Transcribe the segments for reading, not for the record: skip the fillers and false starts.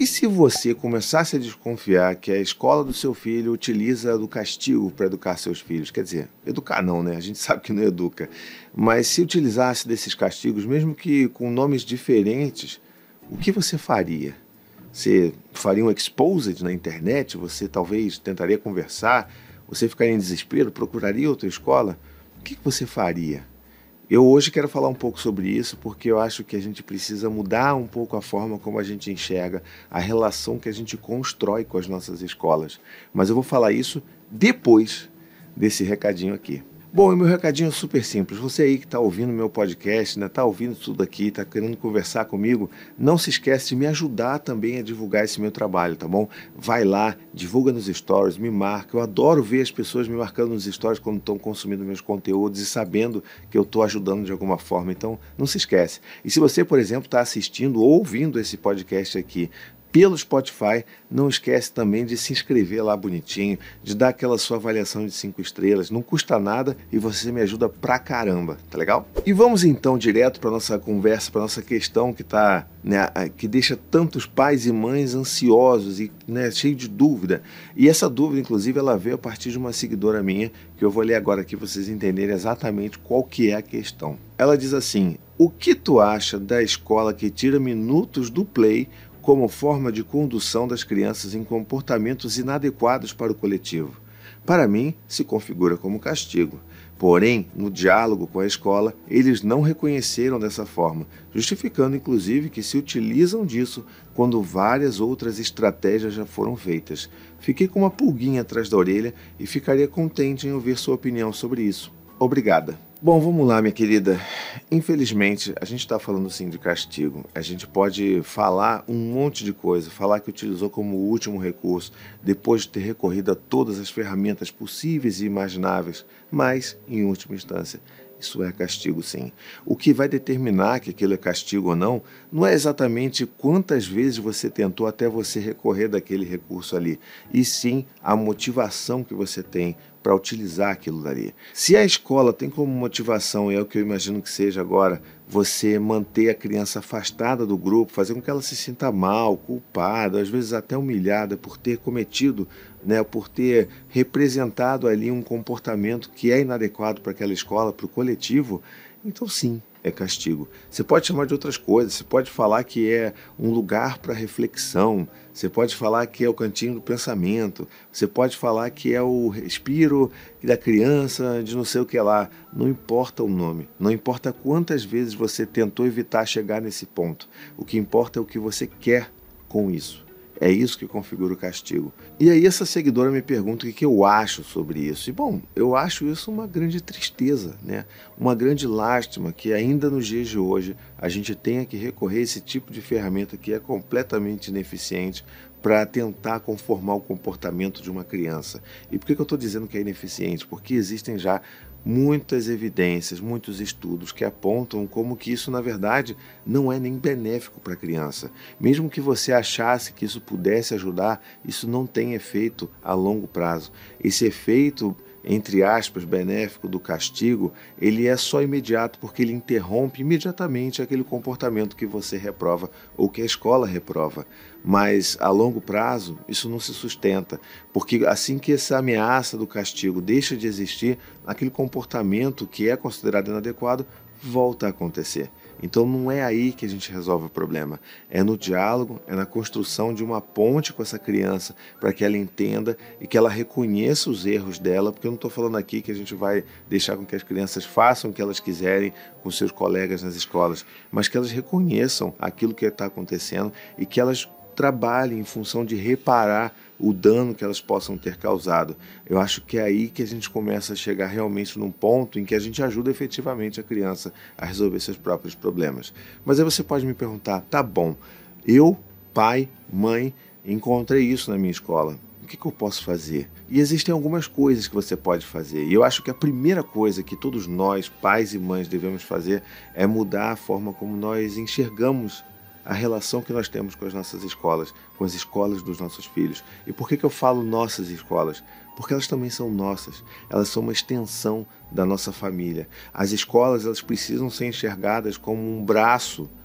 E se você começasse a desconfiar que a escola do seu filho utiliza do castigo para educar seus filhos? Quer dizer, educar não, né? A gente sabe que não educa. Mas se utilizasse desses castigos, mesmo que com nomes diferentes, o que você faria? Você faria um exposed na internet? Você talvez tentaria conversar? Você ficaria em desespero? Procuraria outra escola? O que você faria? Eu hoje quero falar um pouco sobre isso porque eu acho que a gente precisa mudar um pouco a forma como a gente enxerga a relação que a gente constrói com as nossas escolas. Mas eu vou falar isso depois desse recadinho aqui. Bom, e meu recadinho é super simples. Você aí que está ouvindo meu podcast, né, está ouvindo tudo aqui, está querendo conversar comigo, não se esquece de me ajudar também a divulgar esse meu trabalho, tá bom? Vai lá, divulga nos stories, me marca. Eu adoro ver as pessoas me marcando nos stories quando estão consumindo meus conteúdos e sabendo que eu estou ajudando de alguma forma. Então, não se esquece. E se você, por exemplo, está assistindo ou ouvindo esse podcast aqui pelo Spotify, não esquece também de se inscrever lá bonitinho, de dar aquela sua avaliação de 5 estrelas, não custa nada e você me ajuda pra caramba, tá legal? E vamos então direto para nossa conversa, para nossa questão que tá, né, que deixa tantos pais e mães ansiosos e, né, cheio de dúvida. E essa dúvida, inclusive, ela veio a partir de uma seguidora minha, que eu vou ler agora aqui para vocês entenderem exatamente qual que é a questão. Ela diz assim: o que tu acha da escola que tira minutos do play como forma de condução das crianças em comportamentos inadequados para o coletivo? Para mim, se configura como castigo. Porém, no diálogo com a escola, eles não reconheceram dessa forma, justificando inclusive que se utilizam disso quando várias outras estratégias já foram feitas. Fiquei com uma pulguinha atrás da orelha e ficaria contente em ouvir sua opinião sobre isso. Obrigada. Bom, vamos lá, minha querida. Infelizmente, a gente está falando sim de castigo. A gente pode falar um monte de coisa, falar que utilizou como último recurso, depois de ter recorrido a todas as ferramentas possíveis e imagináveis, mas, em última instância, isso é castigo sim. O que vai determinar que aquilo é castigo ou não, não é exatamente quantas vezes você tentou até você recorrer daquele recurso ali, e sim a motivação que você tem para utilizar aquilo dali. Se a escola tem como motivação, e é o que eu imagino que seja agora, você manter a criança afastada do grupo, fazer com que ela se sinta mal, culpada, às vezes até humilhada por ter cometido, né, por ter representado ali um comportamento que é inadequado para aquela escola, para o coletivo, então sim, é castigo. Você pode chamar de outras coisas, você pode falar que é um lugar para reflexão, você pode falar que é o cantinho do pensamento, você pode falar que é o respiro da criança, de não sei o que lá. Não importa o nome, não importa quantas vezes você tentou evitar chegar nesse ponto. O que importa é o que você quer com isso. É isso que configura o castigo. E aí essa seguidora me pergunta o que eu acho sobre isso. E bom, eu acho isso uma grande tristeza, né? Uma grande lástima que ainda nos dias de hoje a gente tenha que recorrer a esse tipo de ferramenta que é completamente ineficiente para tentar conformar o comportamento de uma criança. E por que eu estou dizendo que é ineficiente? Porque existem já muitas evidências, muitos estudos que apontam como que isso, na verdade, não é nem benéfico para a criança. Mesmo que você achasse que isso pudesse ajudar, isso não tem efeito a longo prazo. Esse efeito, entre aspas, benéfico do castigo, ele é só imediato porque ele interrompe imediatamente aquele comportamento que você reprova ou que a escola reprova. Mas a longo prazo isso não se sustenta, porque assim que essa ameaça do castigo deixa de existir, aquele comportamento que é considerado inadequado volta a acontecer. Então não é aí que a gente resolve o problema, é no diálogo, é na construção de uma ponte com essa criança para que ela entenda e que ela reconheça os erros dela, porque eu não estou falando aqui que a gente vai deixar com que as crianças façam o que elas quiserem com seus colegas nas escolas, mas que elas reconheçam aquilo que está acontecendo e que elas trabalhem em função de reparar o dano que elas possam ter causado. Eu acho que é aí que a gente começa a chegar realmente num ponto em que a gente ajuda efetivamente a criança a resolver seus próprios problemas. Mas aí você pode me perguntar, tá bom, eu, pai, mãe, encontrei isso na minha escola. O que eu posso fazer? E existem algumas coisas que você pode fazer. E eu acho que a primeira coisa que todos nós, pais e mães, devemos fazer é mudar a forma como nós enxergamos a relação que nós temos com as nossas escolas, com as escolas dos nossos filhos. E por que eu falo nossas escolas? Porque elas também são nossas, elas são uma extensão da nossa família. As escolas, elas precisam ser enxergadas como um braço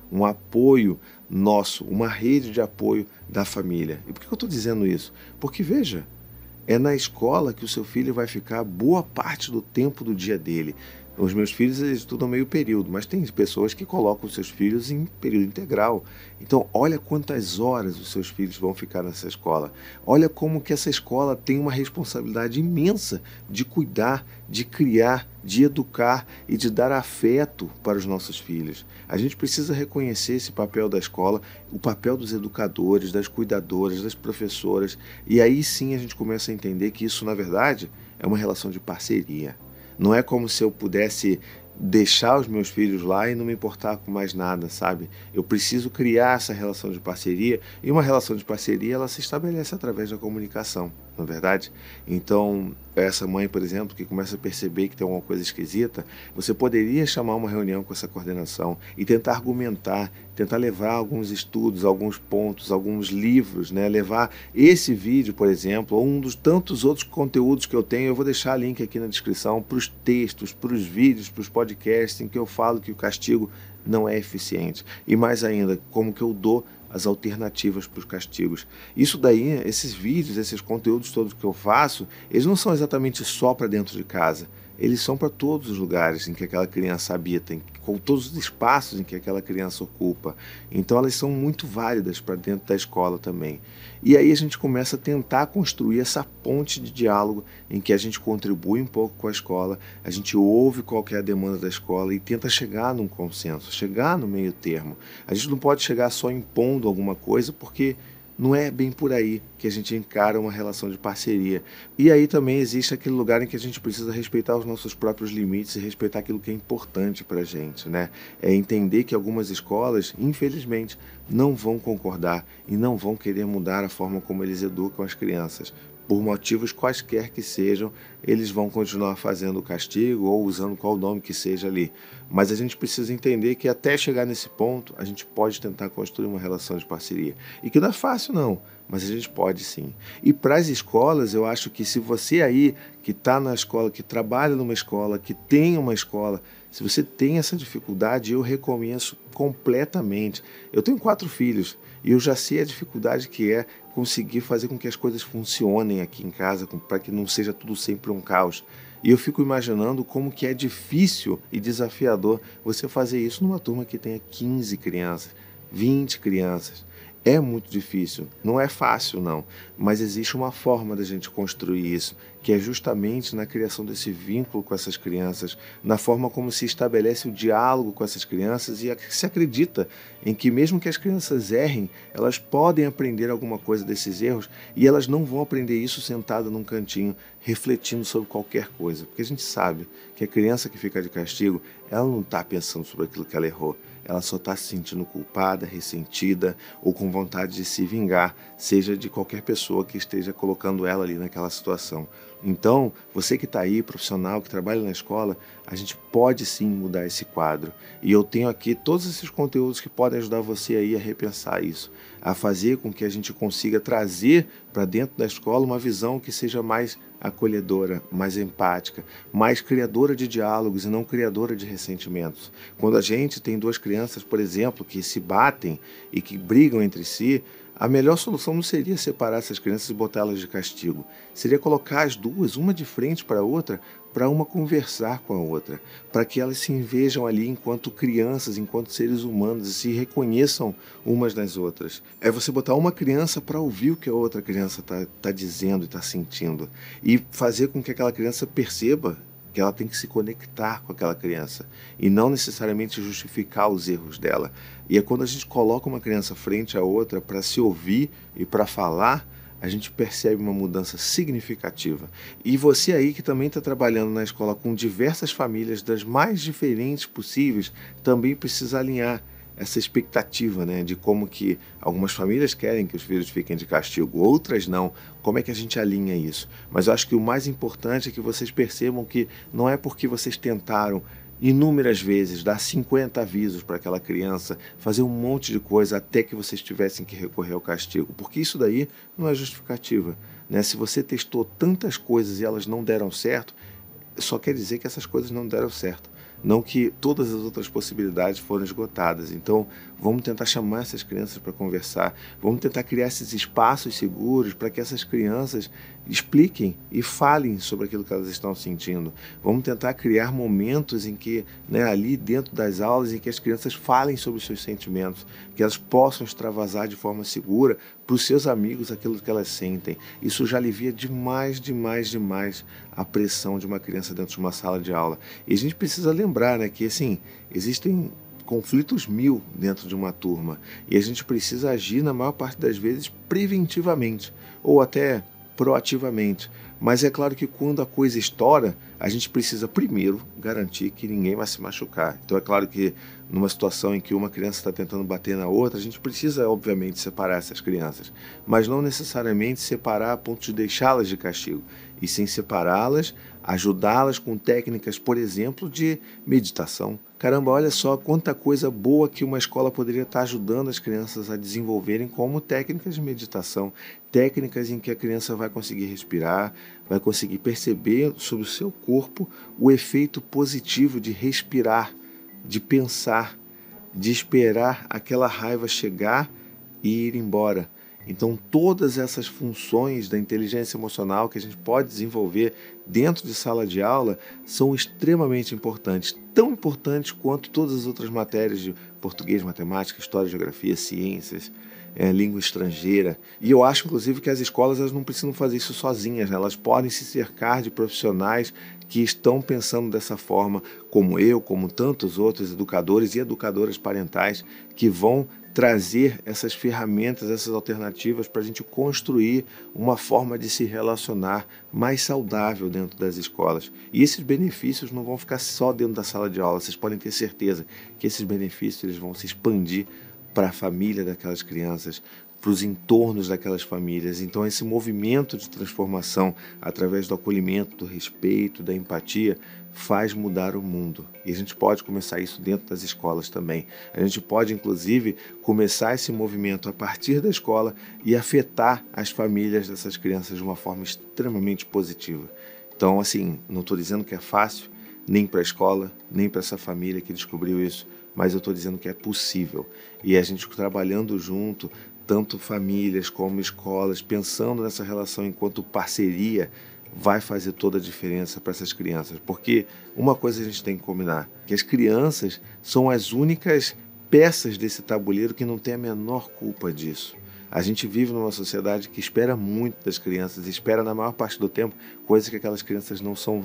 um apoio nosso, uma rede de apoio da família. E por que eu estou dizendo isso? Porque, veja, é na escola que o seu filho vai ficar boa parte do tempo do dia dele. Os meus filhos, eles estudam meio período, mas tem pessoas que colocam os seus filhos em período integral. Então, olha quantas horas os seus filhos vão ficar nessa escola. Olha como que essa escola tem uma responsabilidade imensa de cuidar, de criar, de educar e de dar afeto para os nossos filhos. A gente precisa reconhecer esse papel da escola, o papel dos educadores, das cuidadoras, das professoras, e aí sim a gente começa a entender que isso, na verdade, é uma relação de parceria. Não é como se eu pudesse deixar os meus filhos lá e não me importar com mais nada, sabe? Eu preciso criar essa relação de parceria, e uma relação de parceria ela se estabelece através da comunicação, não é verdade? Então, essa mãe, por exemplo, que começa a perceber que tem alguma coisa esquisita, você poderia chamar uma reunião com essa coordenação e tentar argumentar, tentar levar alguns estudos, alguns pontos, alguns livros, né? Levar esse vídeo, por exemplo, ou um dos tantos outros conteúdos que eu tenho, eu vou deixar link aqui na descrição para os textos, para os vídeos, para os podcasts em que eu falo que o castigo não é eficiente. E mais ainda, como que eu dou as alternativas para os castigos. Isso daí, esses vídeos, esses conteúdos todos que eu faço, eles não são exatamente só para dentro de casa. Eles são para todos os lugares em que aquela criança habita, com todos os espaços em que aquela criança ocupa. Então elas são muito válidas para dentro da escola também. E aí a gente começa a tentar construir essa ponte de diálogo em que a gente contribui um pouco com a escola, a gente ouve qual que é a demanda da escola e tenta chegar num consenso, chegar no meio termo. A gente não pode chegar só impondo alguma coisa, porque não é bem por aí que a gente encara uma relação de parceria. E aí também existe aquele lugar em que a gente precisa respeitar os nossos próprios limites e respeitar aquilo que é importante para a gente, né? É entender que algumas escolas, infelizmente, não vão concordar e não vão querer mudar a forma como eles educam as crianças. Por motivos quaisquer que sejam, eles vão continuar fazendo o castigo ou usando qual nome que seja ali. Mas a gente precisa entender que até chegar nesse ponto, a gente pode tentar construir uma relação de parceria. E que não é fácil não, mas a gente pode sim. E para as escolas, eu acho que se você aí, que está na escola, que trabalha numa escola, que tem uma escola, se você tem essa dificuldade, eu recomendo completamente. Eu tenho 4 filhos e eu já sei a dificuldade que é conseguir fazer com que as coisas funcionem aqui em casa, para que não seja tudo sempre um caos. E eu fico imaginando como que é difícil e desafiador você fazer isso numa turma que tenha 15 crianças, 20 crianças. É muito difícil, não é fácil não, mas existe uma forma da gente construir isso, que é justamente na criação desse vínculo com essas crianças, na forma como se estabelece o diálogo com essas crianças e se acredita em que mesmo que as crianças errem, elas podem aprender alguma coisa desses erros e elas não vão aprender isso sentada num cantinho, refletindo sobre qualquer coisa, porque a gente sabe que a criança que fica de castigo, ela não está pensando sobre aquilo que ela errou. Ela só está se sentindo culpada, ressentida ou com vontade de se vingar, seja de qualquer pessoa que esteja colocando ela ali naquela situação. Então, você que está aí, profissional, que trabalha na escola, a gente pode sim mudar esse quadro. E eu tenho aqui todos esses conteúdos que podem ajudar você aí a repensar isso, a fazer com que a gente consiga trazer para dentro da escola uma visão que seja mais acolhedora, mais empática, mais criadora de diálogos e não criadora de ressentimentos. Quando a gente tem 2 crianças, por exemplo, que se batem e que brigam entre si, a melhor solução não seria separar essas crianças e botá-las de castigo. Seria colocar as duas, uma de frente para a outra, para uma conversar com a outra, para que elas se vejam ali enquanto crianças, enquanto seres humanos e se reconheçam umas nas outras. É você botar uma criança para ouvir o que a outra criança está dizendo e está sentindo e fazer com que aquela criança perceba que ela tem que se conectar com aquela criança e não necessariamente justificar os erros dela. E é quando a gente coloca uma criança frente à outra para se ouvir e para falar, a gente percebe uma mudança significativa. E você aí que também está trabalhando na escola com diversas famílias das mais diferentes possíveis, também precisa alinhar essa expectativa, né, de como que algumas famílias querem que os filhos fiquem de castigo, outras não. Como é que a gente alinha isso? Mas eu acho que o mais importante é que vocês percebam que não é porque vocês tentaram inúmeras vezes dar 50 avisos para aquela criança, fazer um monte de coisa até que vocês tivessem que recorrer ao castigo, porque isso daí não é justificativa, né? Se você testou tantas coisas e elas não deram certo, só quer dizer que essas coisas não deram certo, não que todas as outras possibilidades foram esgotadas. Então, vamos tentar chamar essas crianças para conversar, vamos tentar criar esses espaços seguros para que essas crianças expliquem e falem sobre aquilo que elas estão sentindo. Vamos tentar criar momentos em que, ali dentro das aulas, em que as crianças falem sobre os seus sentimentos, que elas possam extravasar de forma segura para os seus amigos aquilo que elas sentem. Isso já alivia demais a pressão de uma criança dentro de uma sala de aula. E a gente precisa lembrar, que assim, existem conflitos 1000 dentro de uma turma e a gente precisa agir na maior parte das vezes preventivamente ou até proativamente. Mas é claro que quando a coisa estoura, a gente precisa primeiro garantir que ninguém vai se machucar. Então é claro que numa situação em que uma criança está tentando bater na outra, a gente precisa obviamente separar essas crianças, mas não necessariamente separar a ponto de deixá-las de castigo, e sim separá-las, ajudá-las com técnicas, por exemplo, de meditação. Caramba, olha só quanta coisa boa que uma escola poderia estar ajudando as crianças a desenvolverem, como técnicas de meditação, técnicas em que a criança vai conseguir respirar, vai conseguir perceber sobre o seu corpo o efeito positivo de respirar, de pensar, de esperar aquela raiva chegar e ir embora. Então, todas essas funções da inteligência emocional que a gente pode desenvolver dentro de sala de aula são extremamente importantes, tão importantes quanto todas as outras matérias de português, matemática, história, geografia, ciências, língua estrangeira. E eu acho, inclusive, que as escolas elas não precisam fazer isso sozinhas, elas podem se cercar de profissionais que estão pensando dessa forma, como eu, como tantos outros educadores e educadoras parentais que vão trazer essas ferramentas, essas alternativas para a gente construir uma forma de se relacionar mais saudável dentro das escolas. E esses benefícios não vão ficar só dentro da sala de aula, vocês podem ter certeza que esses benefícios eles vão se expandir para a família daquelas crianças, para os entornos daquelas famílias. Então esse movimento de transformação através do acolhimento, do respeito, da empatia faz mudar o mundo. E a gente pode começar isso dentro das escolas também. A gente pode, inclusive, começar esse movimento a partir da escola e afetar as famílias dessas crianças de uma forma extremamente positiva. Então, assim, não estou dizendo que é fácil, nem para a escola, nem para essa família que descobriu isso, mas eu estou dizendo que é possível. E a gente trabalhando junto, tanto famílias como escolas, pensando nessa relação enquanto parceria, vai fazer toda a diferença para essas crianças. Porque uma coisa a gente tem que combinar, que as crianças são as únicas peças desse tabuleiro que não tem a menor culpa disso. A gente vive numa sociedade que espera muito das crianças, espera na maior parte do tempo coisas que aquelas crianças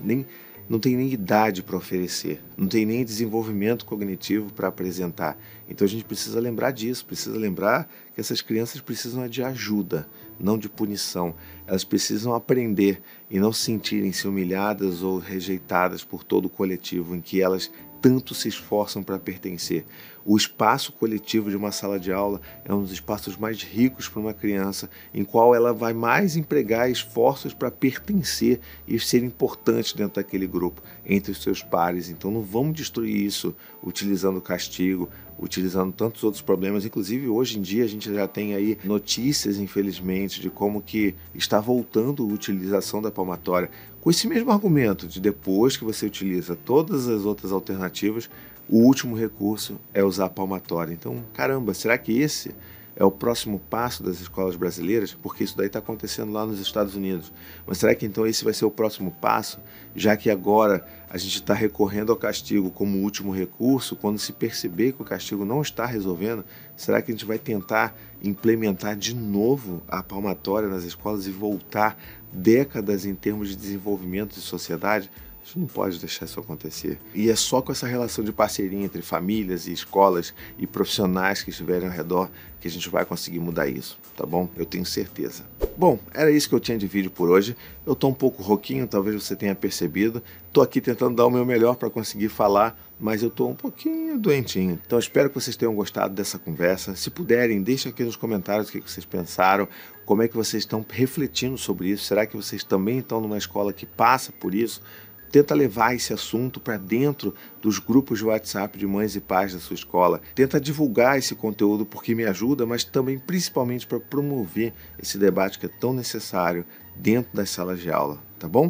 não têm nem idade para oferecer, não tem nem desenvolvimento cognitivo para apresentar. Então a gente precisa lembrar disso, precisa lembrar que essas crianças precisam de ajuda, não de punição. Elas precisam aprender e não se sentirem-se humilhadas ou rejeitadas por todo o coletivo em que elas tanto se esforçam para pertencer. O espaço coletivo de uma sala de aula é um dos espaços mais ricos para uma criança, em qual ela vai mais empregar esforços para pertencer e ser importante dentro daquele grupo, entre os seus pares. Então não vamos destruir isso utilizando castigo, utilizando tantos outros problemas. Inclusive hoje em dia a gente já tem aí notícias, infelizmente, de como que está voltando a utilização da palmatória, com esse mesmo argumento de depois que você utiliza todas as outras alternativas, o último recurso é usar a palmatória. Então, caramba, será que esse é o próximo passo das escolas brasileiras? Porque isso daí está acontecendo lá nos Estados Unidos. Mas será que então esse vai ser o próximo passo? Já que agora a gente está recorrendo ao castigo como último recurso, quando se perceber que o castigo não está resolvendo, será que a gente vai tentar implementar de novo a palmatória nas escolas e voltar décadas em termos de desenvolvimento de sociedade? A gente não pode deixar isso acontecer. E é só com essa relação de parceria entre famílias e escolas e profissionais que estiverem ao redor que a gente vai conseguir mudar isso, tá bom? Eu tenho certeza. Bom, era isso que eu tinha de vídeo por hoje. Eu tô um pouco rouquinho, talvez você tenha percebido. Tô aqui tentando dar o meu melhor para conseguir falar, mas eu tô um pouquinho doentinho. Então espero que vocês tenham gostado dessa conversa. Se puderem, deixem aqui nos comentários o que vocês pensaram, como é que vocês estão refletindo sobre isso. Será que vocês também estão numa escola que passa por isso? Tenta levar esse assunto para dentro dos grupos de WhatsApp de mães e pais da sua escola. Tenta divulgar esse conteúdo porque me ajuda, mas também principalmente para promover esse debate que é tão necessário dentro das salas de aula, tá bom?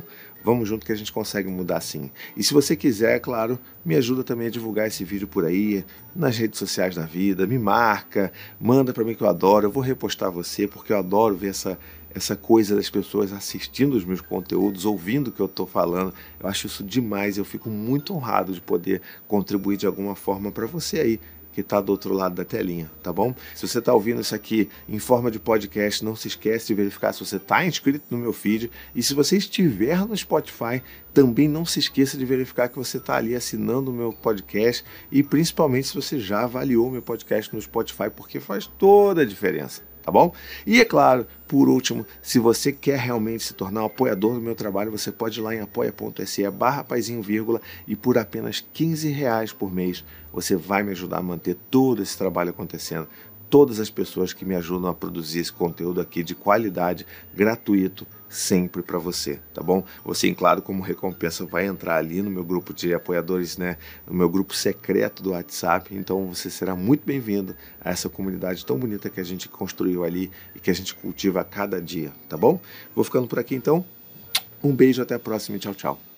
Vamos junto que a gente consegue mudar sim. E se você quiser, claro, me ajuda também a divulgar esse vídeo por aí, nas redes sociais da vida, me marca, manda para mim que eu adoro, eu vou repostar você, porque eu adoro ver essa coisa das pessoas assistindo os meus conteúdos, ouvindo o que eu estou falando. Eu acho isso demais, eu fico muito honrado de poder contribuir de alguma forma para você aí, que está do outro lado da telinha, tá bom? Se você está ouvindo isso aqui em forma de podcast, não se esquece de verificar se você está inscrito no meu feed, e se você estiver no Spotify, também não se esqueça de verificar que você está ali assinando o meu podcast, e principalmente se você já avaliou o meu podcast no Spotify, porque faz toda a diferença. Tá bom? E é claro, por último, se você quer realmente se tornar um apoiador do meu trabalho, você pode ir lá em apoia.se/paizinho, e por apenas R$ 15 por mês você vai me ajudar a manter todo esse trabalho acontecendo. Todas as pessoas que me ajudam a produzir esse conteúdo aqui de qualidade, gratuito, sempre para você, tá bom? Você, claro, como recompensa, vai entrar ali no meu grupo de apoiadores, né? No meu grupo secreto do WhatsApp, então você será muito bem-vindo a essa comunidade tão bonita que a gente construiu ali e que a gente cultiva a cada dia, tá bom? Vou ficando por aqui então. Um beijo, até a próxima e tchau, tchau.